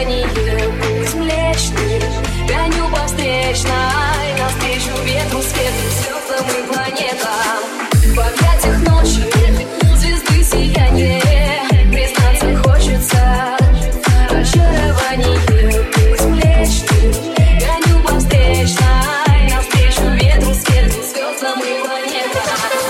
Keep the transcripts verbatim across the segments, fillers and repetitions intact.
Очарование, путь млечный, гоню по встречной, навстречу ветру, свету, звездам и планетам. В объятиях ночи, звезды сияние, признаться хочется. Очарование, путь млечный, гоню по встречной, навстречу ветру, свету, звездам и планетам.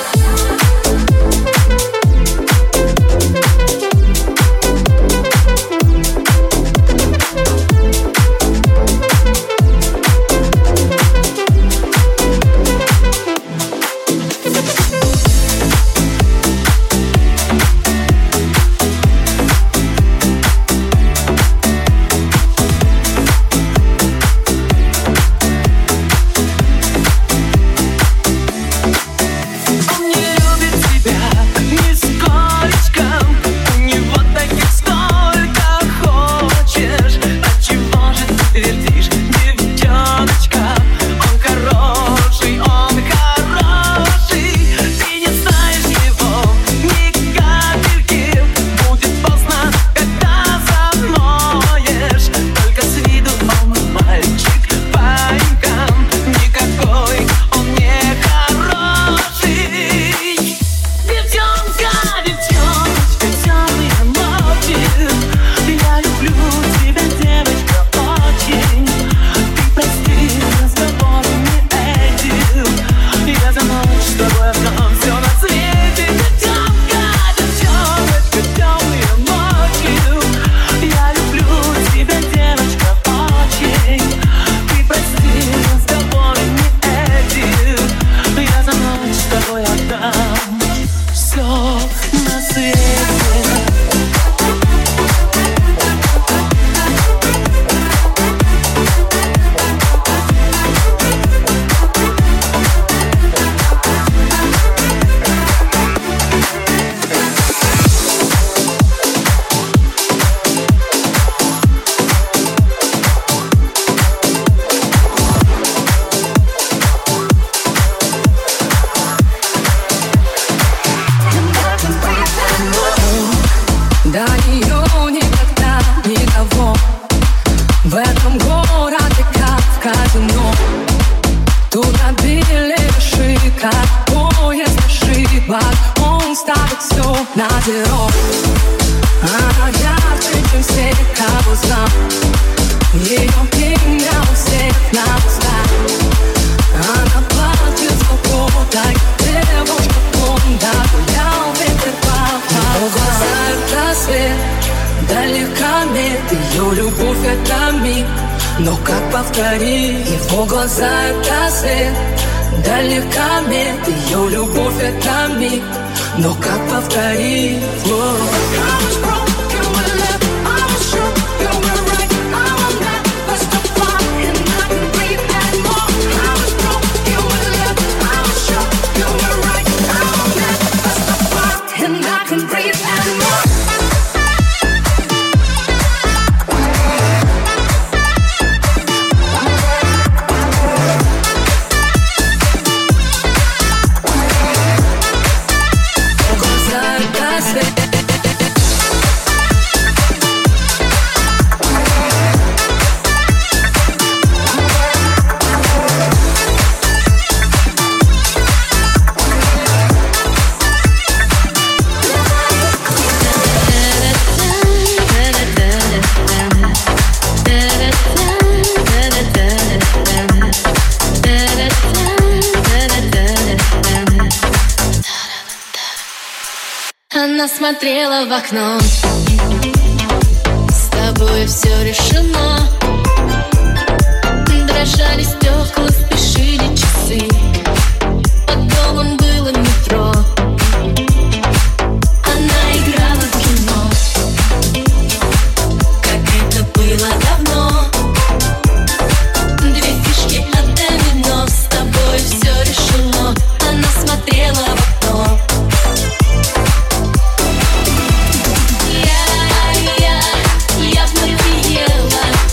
Она смотрела в окно. С тобой все решено. Дрожали стекла, спешили часы. Под домом было метро. Она играла в кино, как это было давно. Две фишки от домино. С тобой все решено. Она смотрела в окно. Я, я, я вновь приела.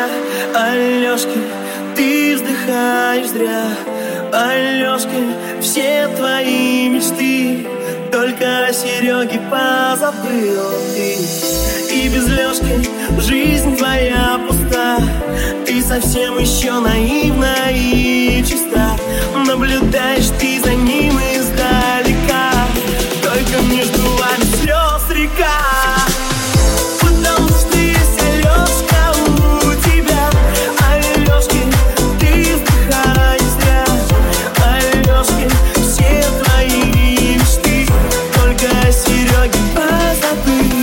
зря, Алёшкин, ты вздыхаешь зря, Алёшкин, все твои мечты только о Сереге позабыл ты. И без Лёшки жизнь твоя пуста, ты совсем еще наивна и чиста. Наблюдаешь ты за ним издалека, только между вами слез река. Потому что есть Алёшка у тебя, Алёшкин, ты вздыхаешь зря, Алёшкин, все твои мечты только о Сереге позабыл.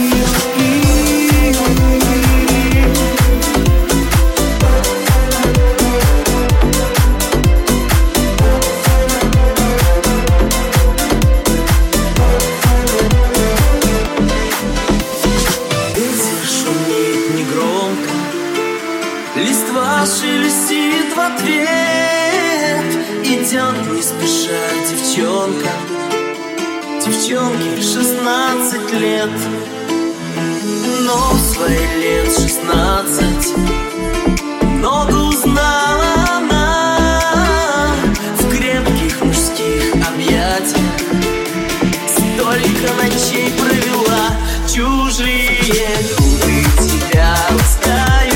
Листва шелестит в ответ, идет не спеша девчонка. Девчонке шестнадцать лет, но в свои лет шестнадцать много узнала она в крепких мужских объятиях. Столько ночей провела, чужие губы тебя ласкают.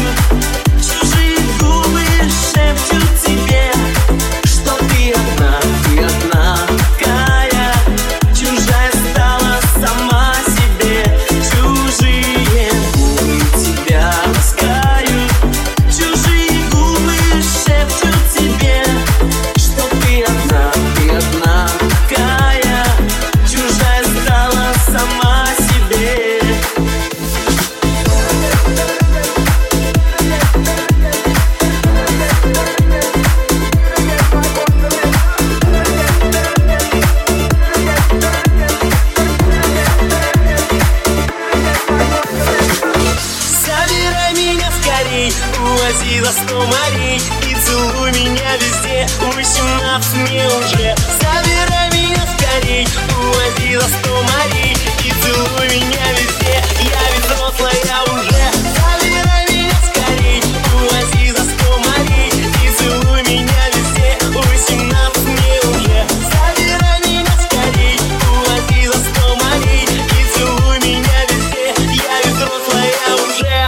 Шепчут тебе, что ты одна, ты одна такая, чужая стала сама себе. Чужие губы тебя ласкают, чужие губы шепчут тебе, что ты одна, ты одна такая, чужая стала сама себе. Увози за сто морей и целуй меня везде. Восемнадцать мне уже. Забирай меня скорей, увози за сто морей и целуй меня везде. Я ведь взрослая уже. Забирай меня скорей, увози за сто морей и целуй меня везде. Восемнадцать мне уже. Забирай меня скорей, увози за сто морей и целуй меня везде. Я ведь взрослая уже.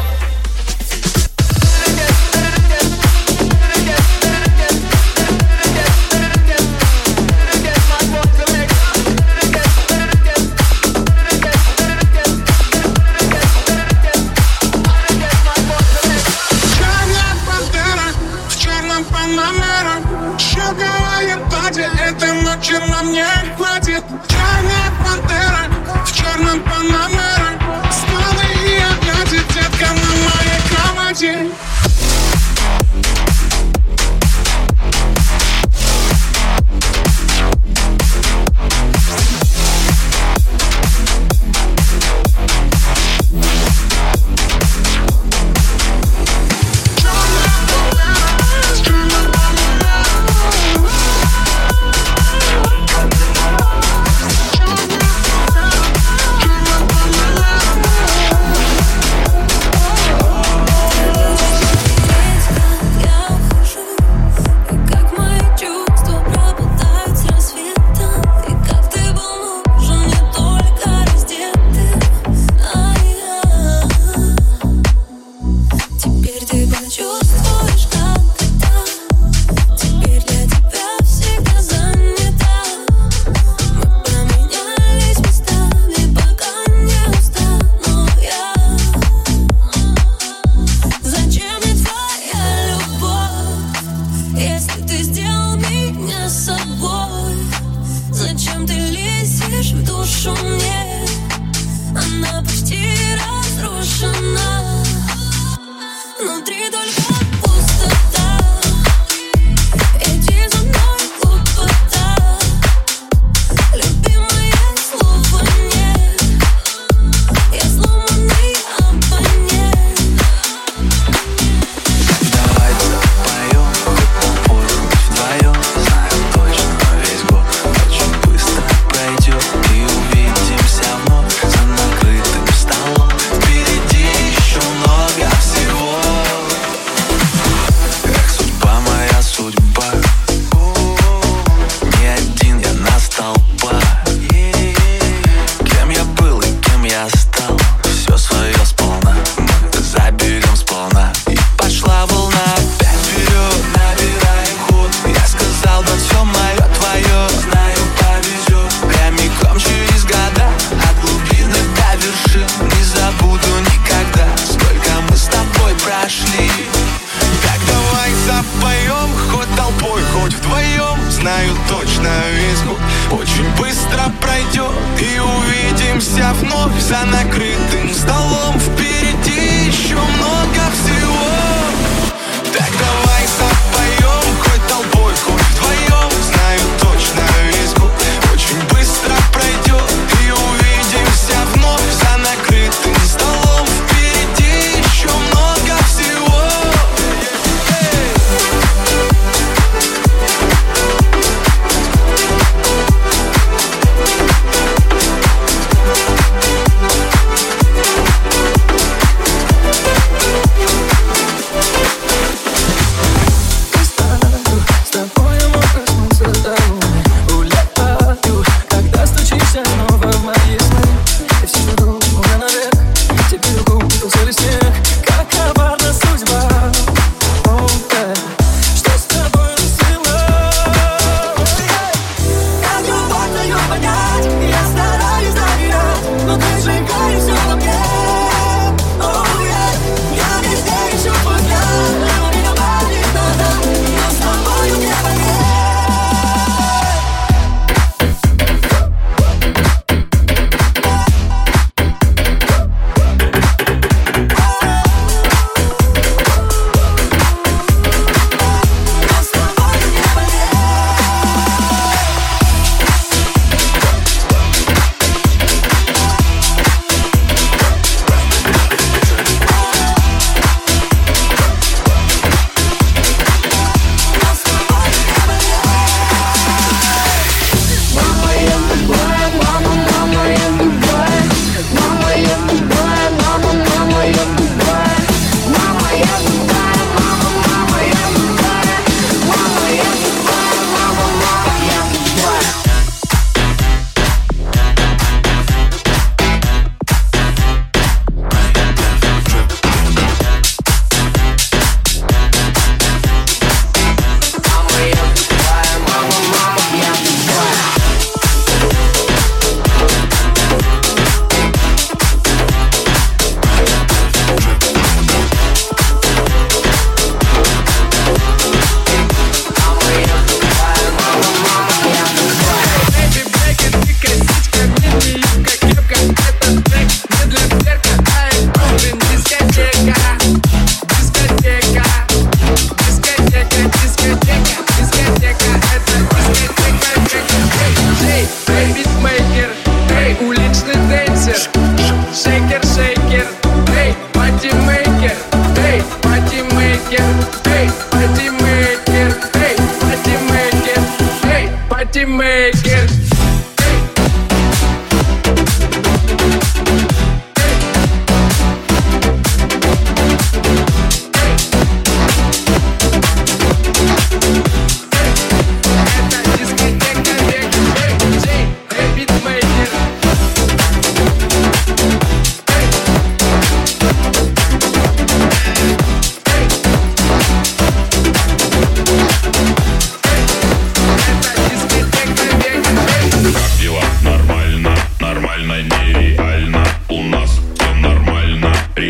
Нам не хватит. Черная пантера в черном панамера. Снова и опять детка на моей кровати. Черная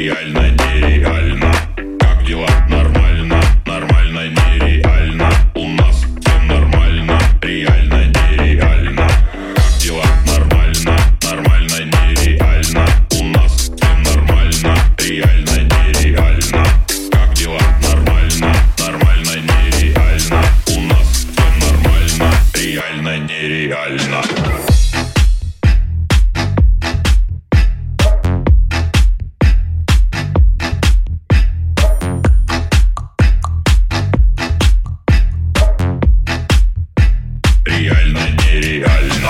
реально, нереально. Как дела? Нормально, нормально, нереально. У нас все нормально, реально, нереально. Как дела? Нормально, нормально, нереально. У нас все нормально, реально, нереально. Как дела? Нормально, нормально, нереально. У нас все нормально, реально, нереально. Реально, нереально.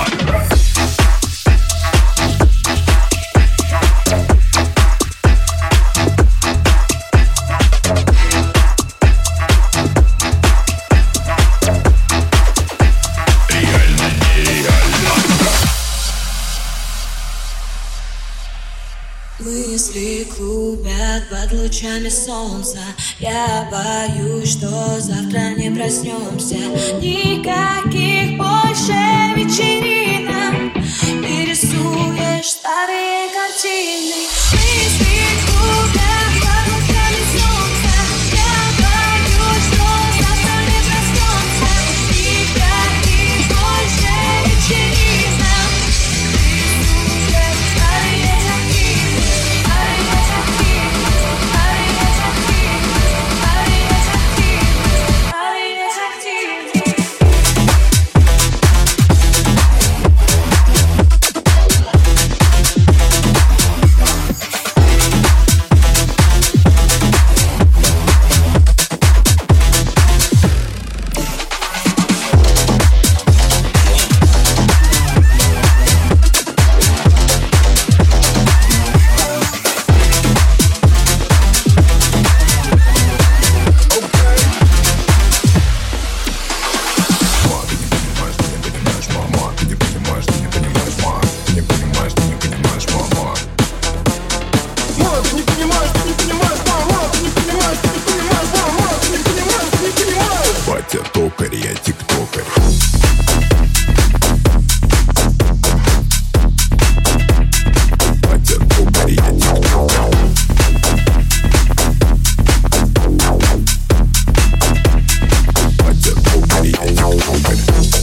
Мысли клубят под лучами солнца. Я боюсь, что завтра не проснемся. Никаких больше вечеринок. Ты рисуешь старые картины. Мысли клубят под лучами солнца. Я боюсь, что завтра не проснемся. Никаких больше вечеринок. Ты рисуешь старые картины. Батя токарь, я тиктокарь. Батя токарь, я тиктокарь. Батя токарь, я тиктокарь.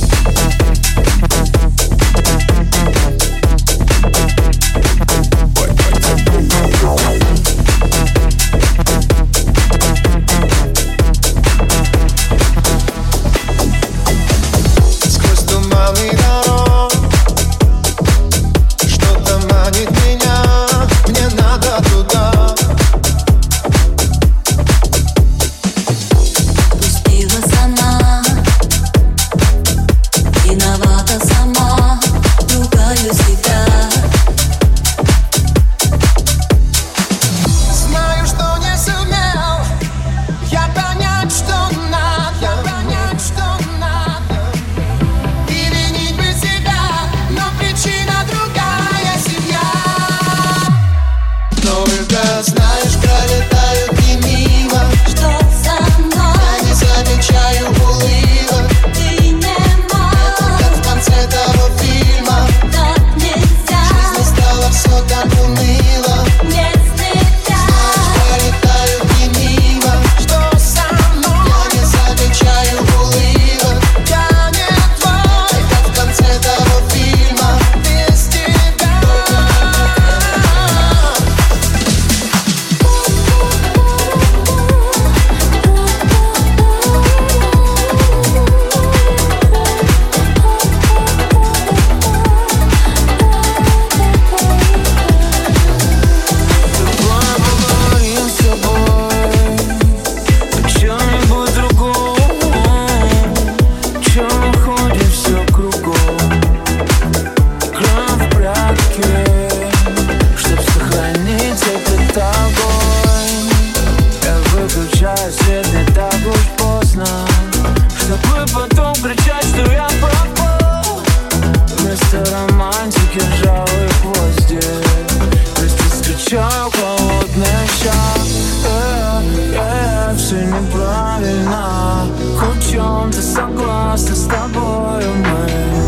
Согласна с тобою мы.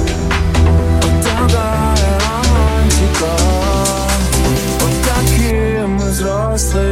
Вот такая романтика, вот такие мы взрослые. взрослые.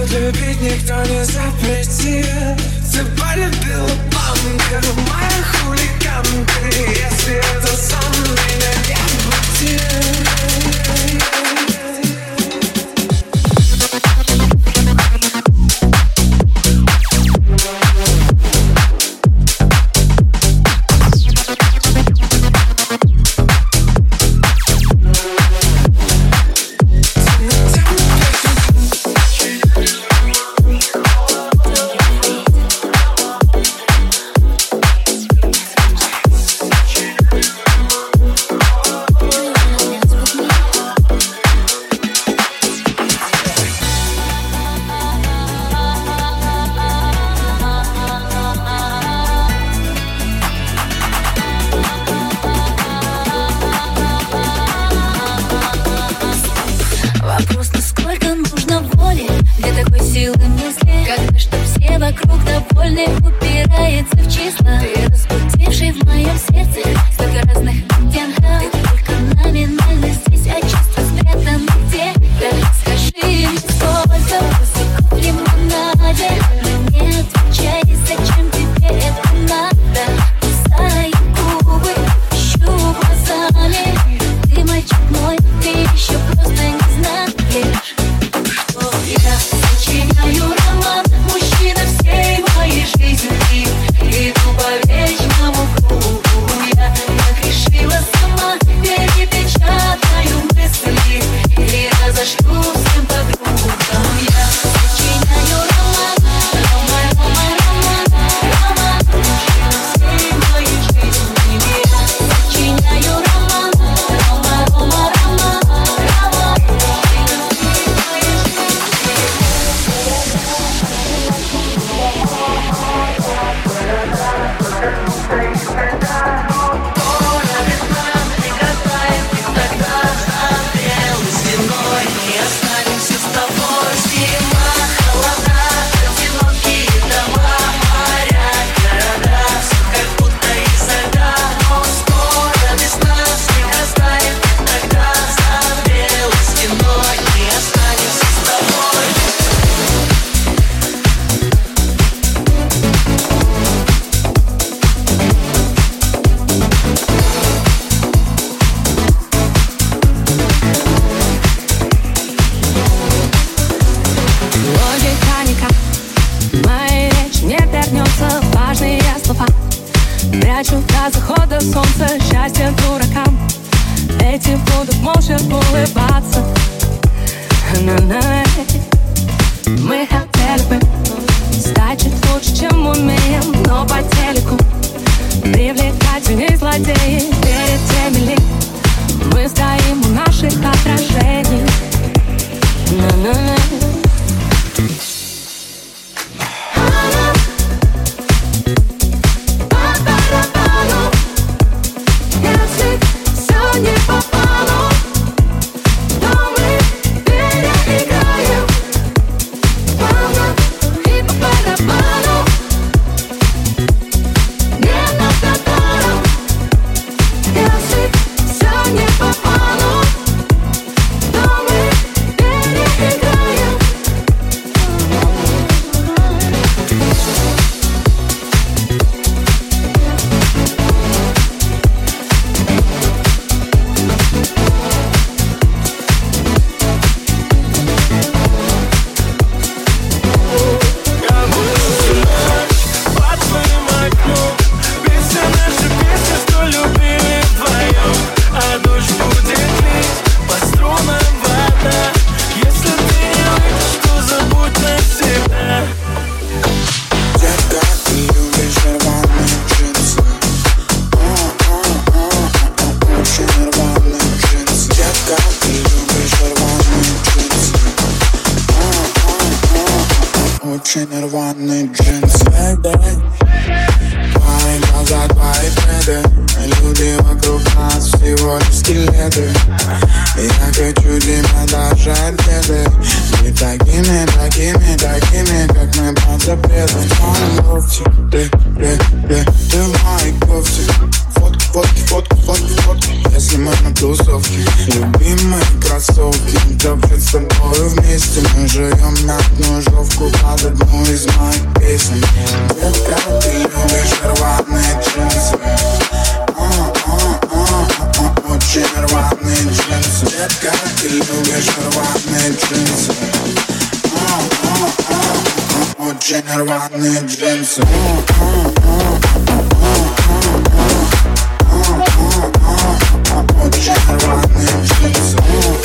тут любить никто не запретит. Ты полюбила банкер, моя хулиганка. Если это сон, меня не будет. Прячу до захода солнца счастье дуракам. Эти будут молча улыбаться. На-на. Мы хотели бы стать чуть лучше, чем умеем, но по телеку привлекательней злодеи. Перед теми ли мы стоим у наших отражений. На-на. Рваные джинсы, твои глаза, твои беды. Люди вокруг нас всего лишь скелеты. Я хочу тебя даже одеты. Не такими, такими, такими, как мы под запретом. В моем лофте, ты, ты, ты, ты в моей кофте. Фотки, фотки, фотки, фотки, фотки. Если мы на тусовке, любимые кроссовки. Да пред с тобой вместе мы живем на одной жопе. под одну из моих песен. Детка, ты любишь рваные джинсы. Очень рваные джинсы. Детка, ты любишь рваные джинсы. Очень рваные джинсы. Очень рваные джинсы.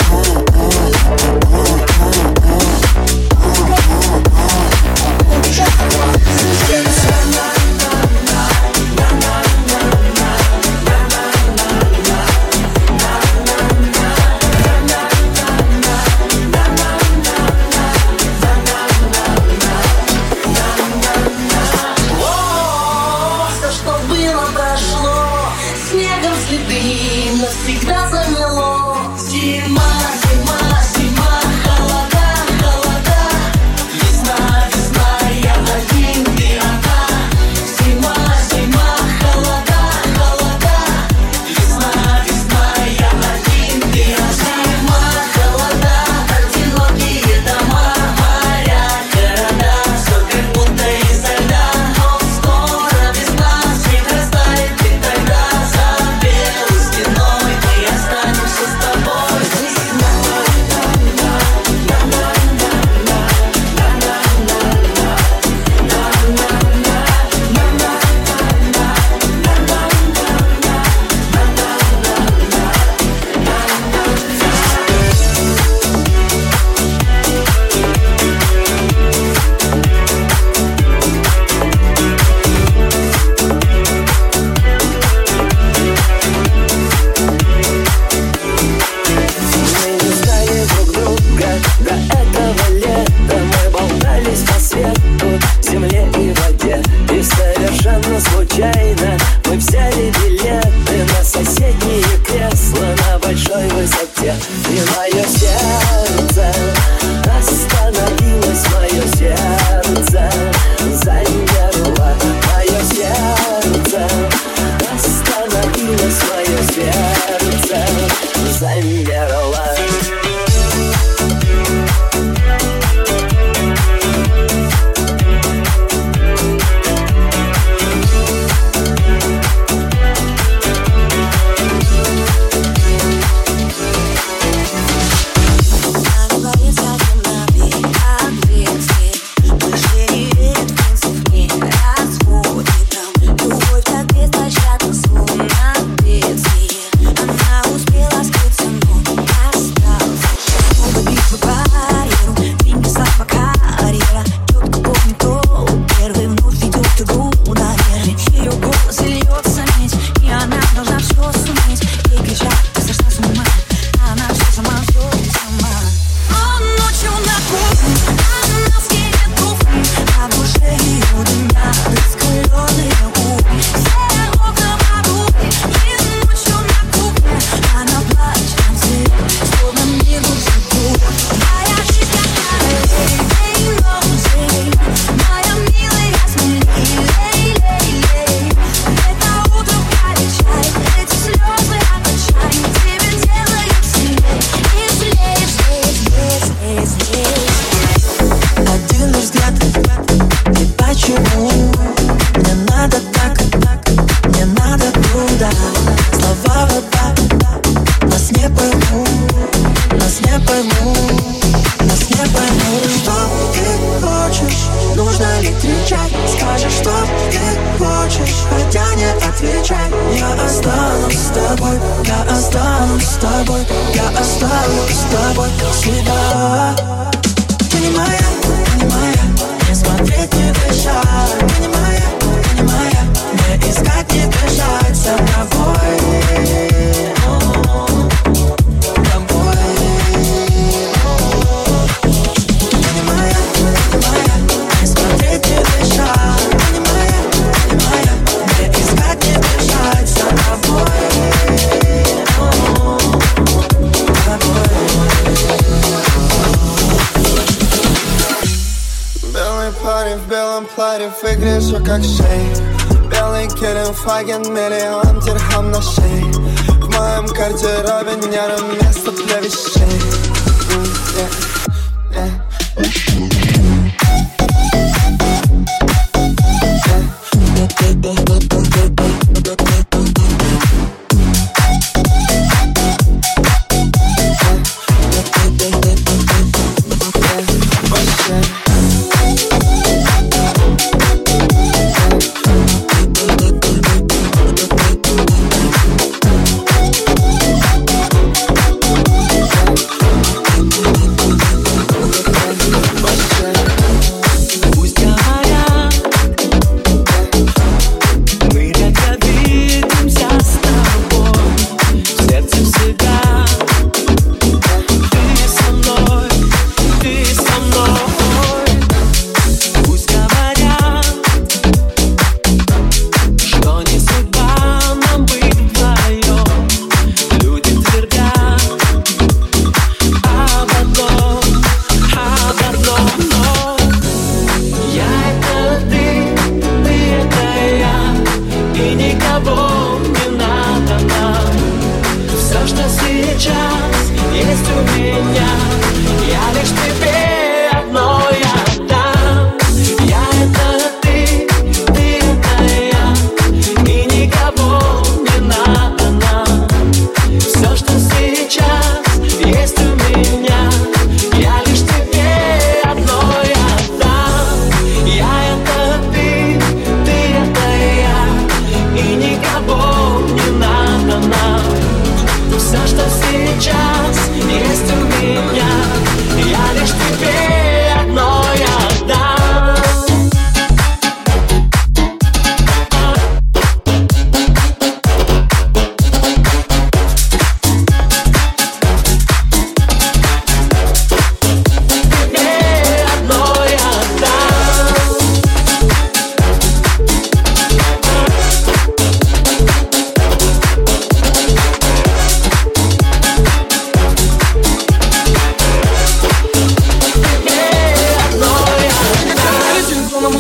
В игре все как шейк. Белый Гелендваген, миллион дирхам на шее. В моем гардеробе нервное место для вещей. mm, yeah, yeah.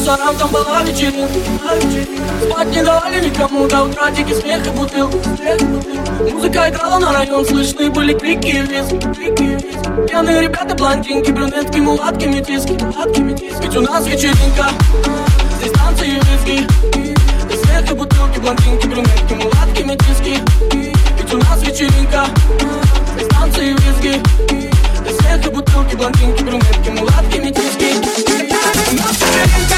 ресторанам, там была вечеринка. Спать не давали никому, до утра дикий смех и бутылка. Музыка играла на район, слышны были крики и визги. Пьяные ребята, блондинки, брюнетки, мулатки, метиски. Ведь у нас вечеринка, здесь танцы и визги. И смех и бутылки, блондинки, брюнетки, мулатки, метиски. Ведь у нас вечеринка, здесь танцы и визги. И смех и бутылки, блондинки, брюнетки, мулатки, метиски. У нас вечеринка.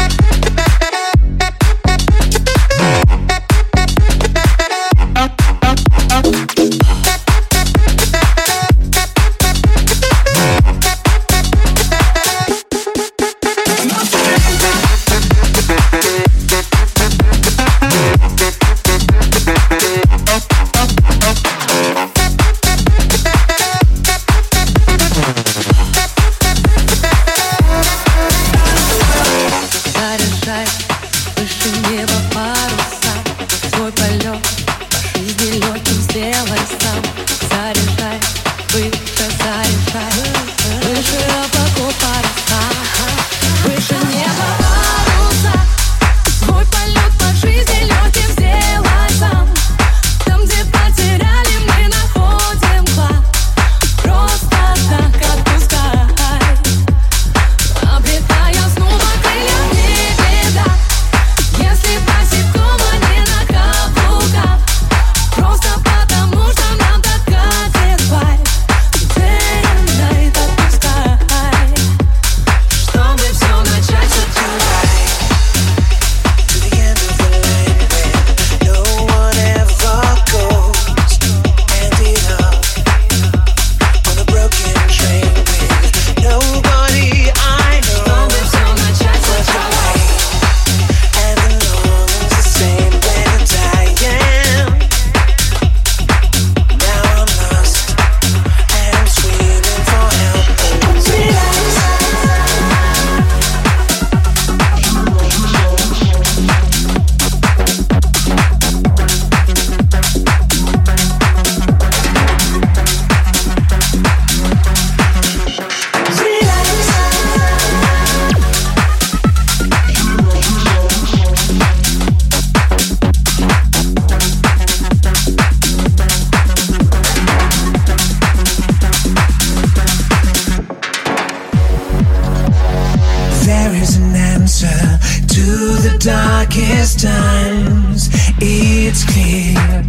darkest times, it's clear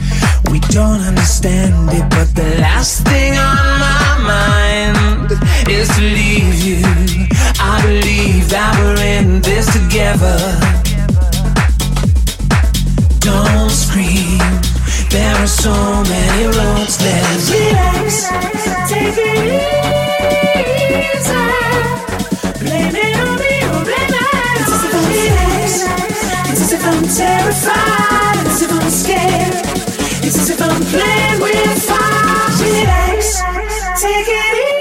we don't understand it, but the last thing on my mind is to leave you. I believe that we're in this together. Don't scream, there are so many roads left. Relax, take it easy. Blame it on me or blame it. It's as if I'm relaxed, it's as if I'm terrified, it's as if I'm scared, it's as if I'm playing with fire. Relax, take it easy.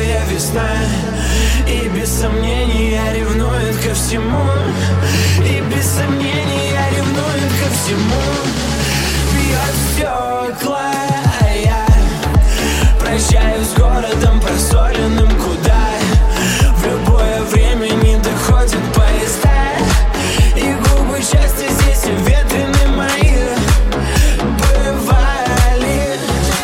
яркая весна. И без сомнения ревнует ко всему. И без сомнения ревнует ко всему. Бьет стекла, а я прощаюсь с городом просоленным, куда в любое время не доходят поезда. И губы счастья здесь ветрены мои бывали.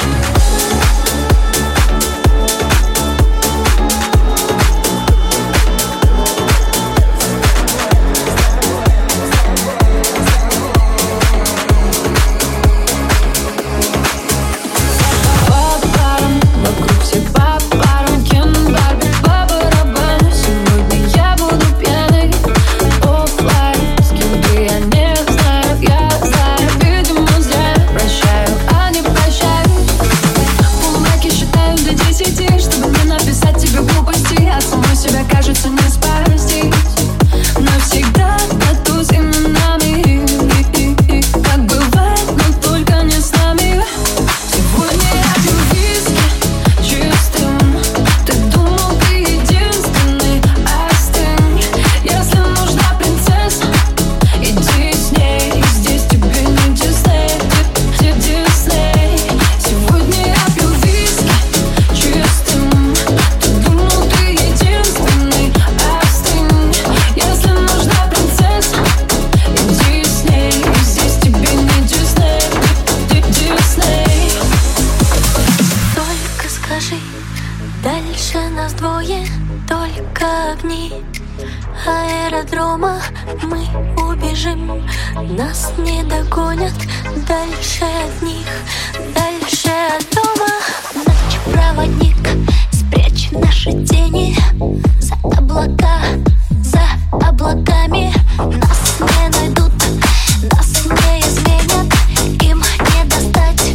Вокруг все по парам, Кен, Барби, по барабану. Сегодня я буду пьяной, оффлайн. С кем бы я не знаю, я знаю, видимо зря. Прощаю, а не прощаю. Полумраки считаю до десяти, чтобы не написать тебе глупости. От самой себя, кажется, не спастись. Навсегда тату с именами. Как бывает, но только не с нами. Сегодня я пью виски чистым. Ты думал, ты единственный, остынь. Если нужна принцесса, иди с ней. Здесь тебе не Дисней, где Дисней. Сегодня я пью виски чистым. Ты думал, ты единственный, остынь. Если нужна принцесса, иди с ней. Здесь тебе не Дисней, где Дисней. Только скажи, дальше нас двое, только огни аэродрома. Мы убежим, нас не догонят. Дальше от них, дальше от дома. Ночь проводник, спрячь наши тени за облака, за облаками. Нас не найдут, нас не изменят, им не достать.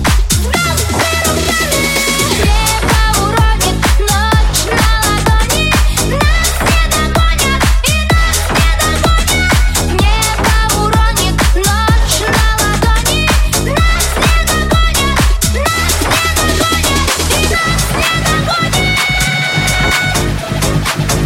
Небо уронит ночь на ладони. Нас не догонят и нас не догонят. Небо уронит ночь на ладони. Нас не догонят, нас не догонят и нас не догонят.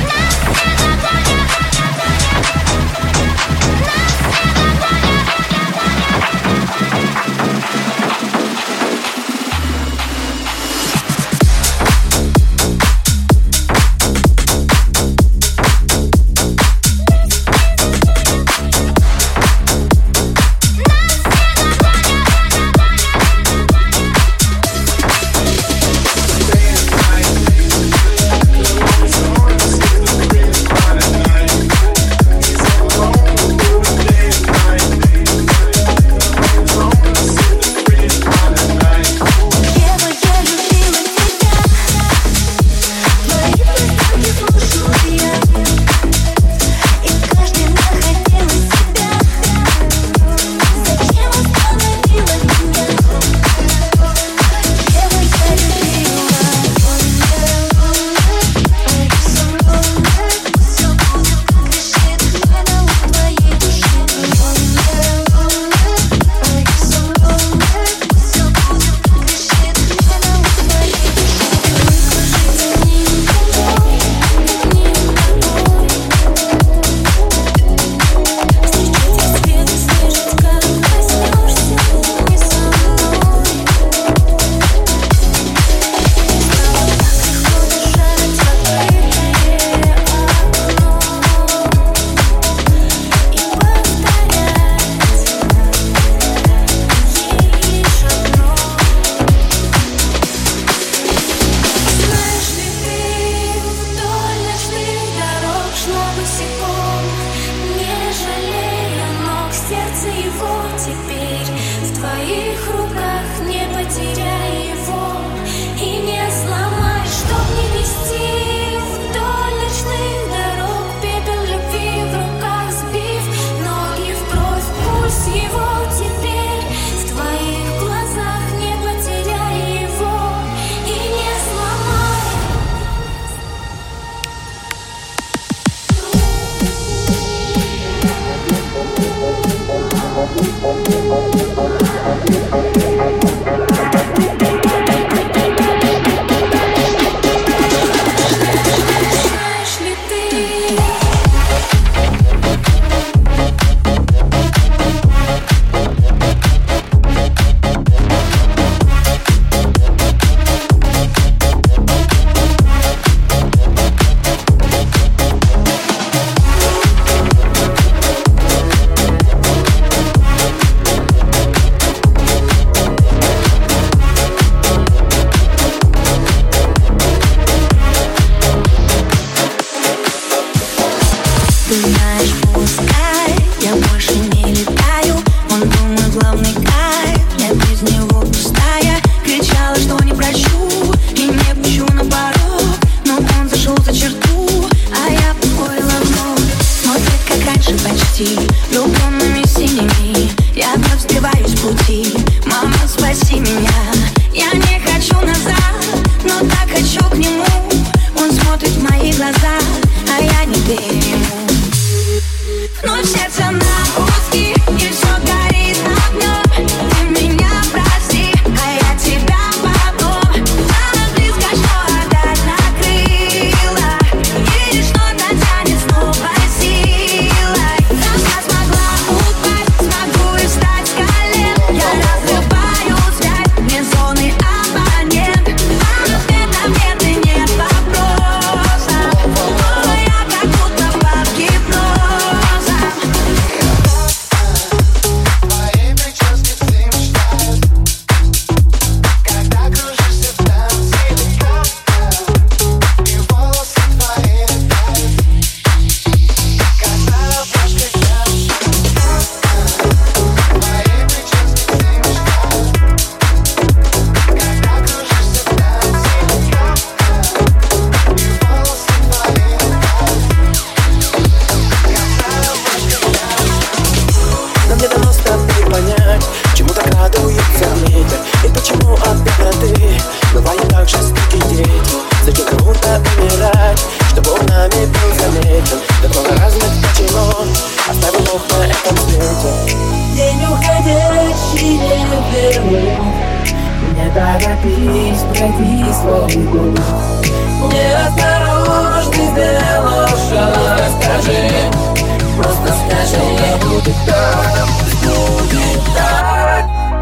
торопись, пройди свой путь. Неосторожно сделал шаг, скажи, просто скажи, будет так, будет так.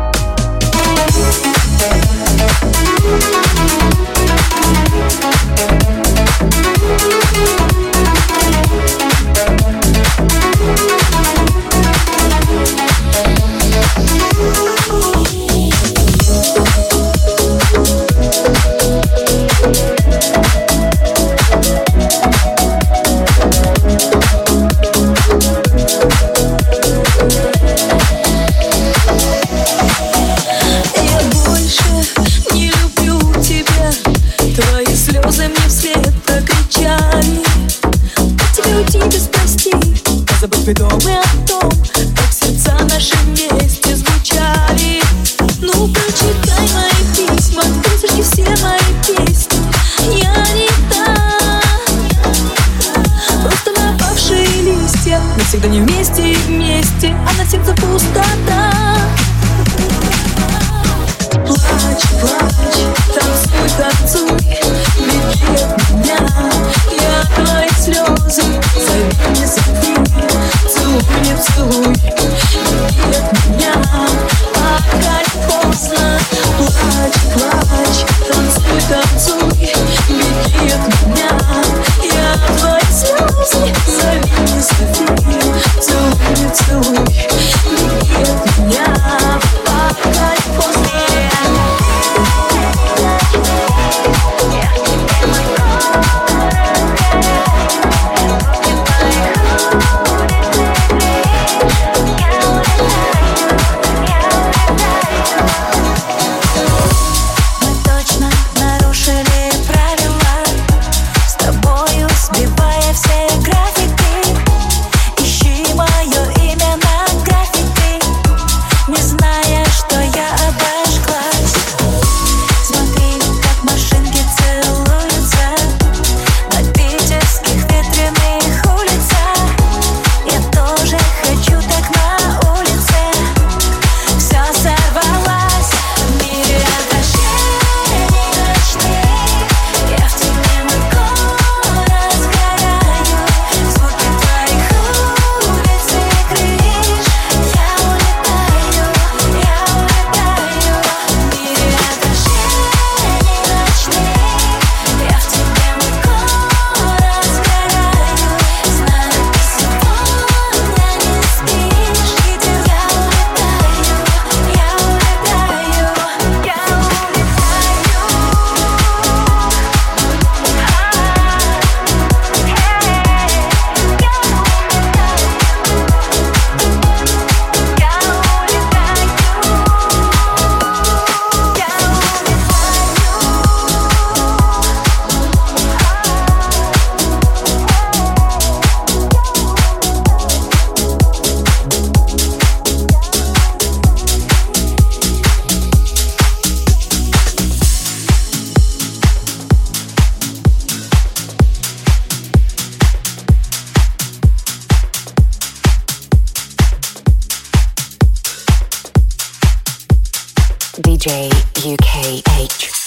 Ведомы о том, как сердца наши вместе звучали. Ну, прочитай мои письма, ты сожги все мои песни. Я не та, просто напавшие листья. Мы всегда не вместе и вместе, а на сердце пустота. Плачь, плачь, танцуй, танцуй, беги от меня. Я твои слезы, зови, не зови, целуй, не целуй, беги от меня, пока не поздно. Плачь, плачь, танцуй, танцуй, беги от меня. Я твои слезы, зови, не зови, целуй, не целуй, беги от меня, пока не поздно. D J U K H.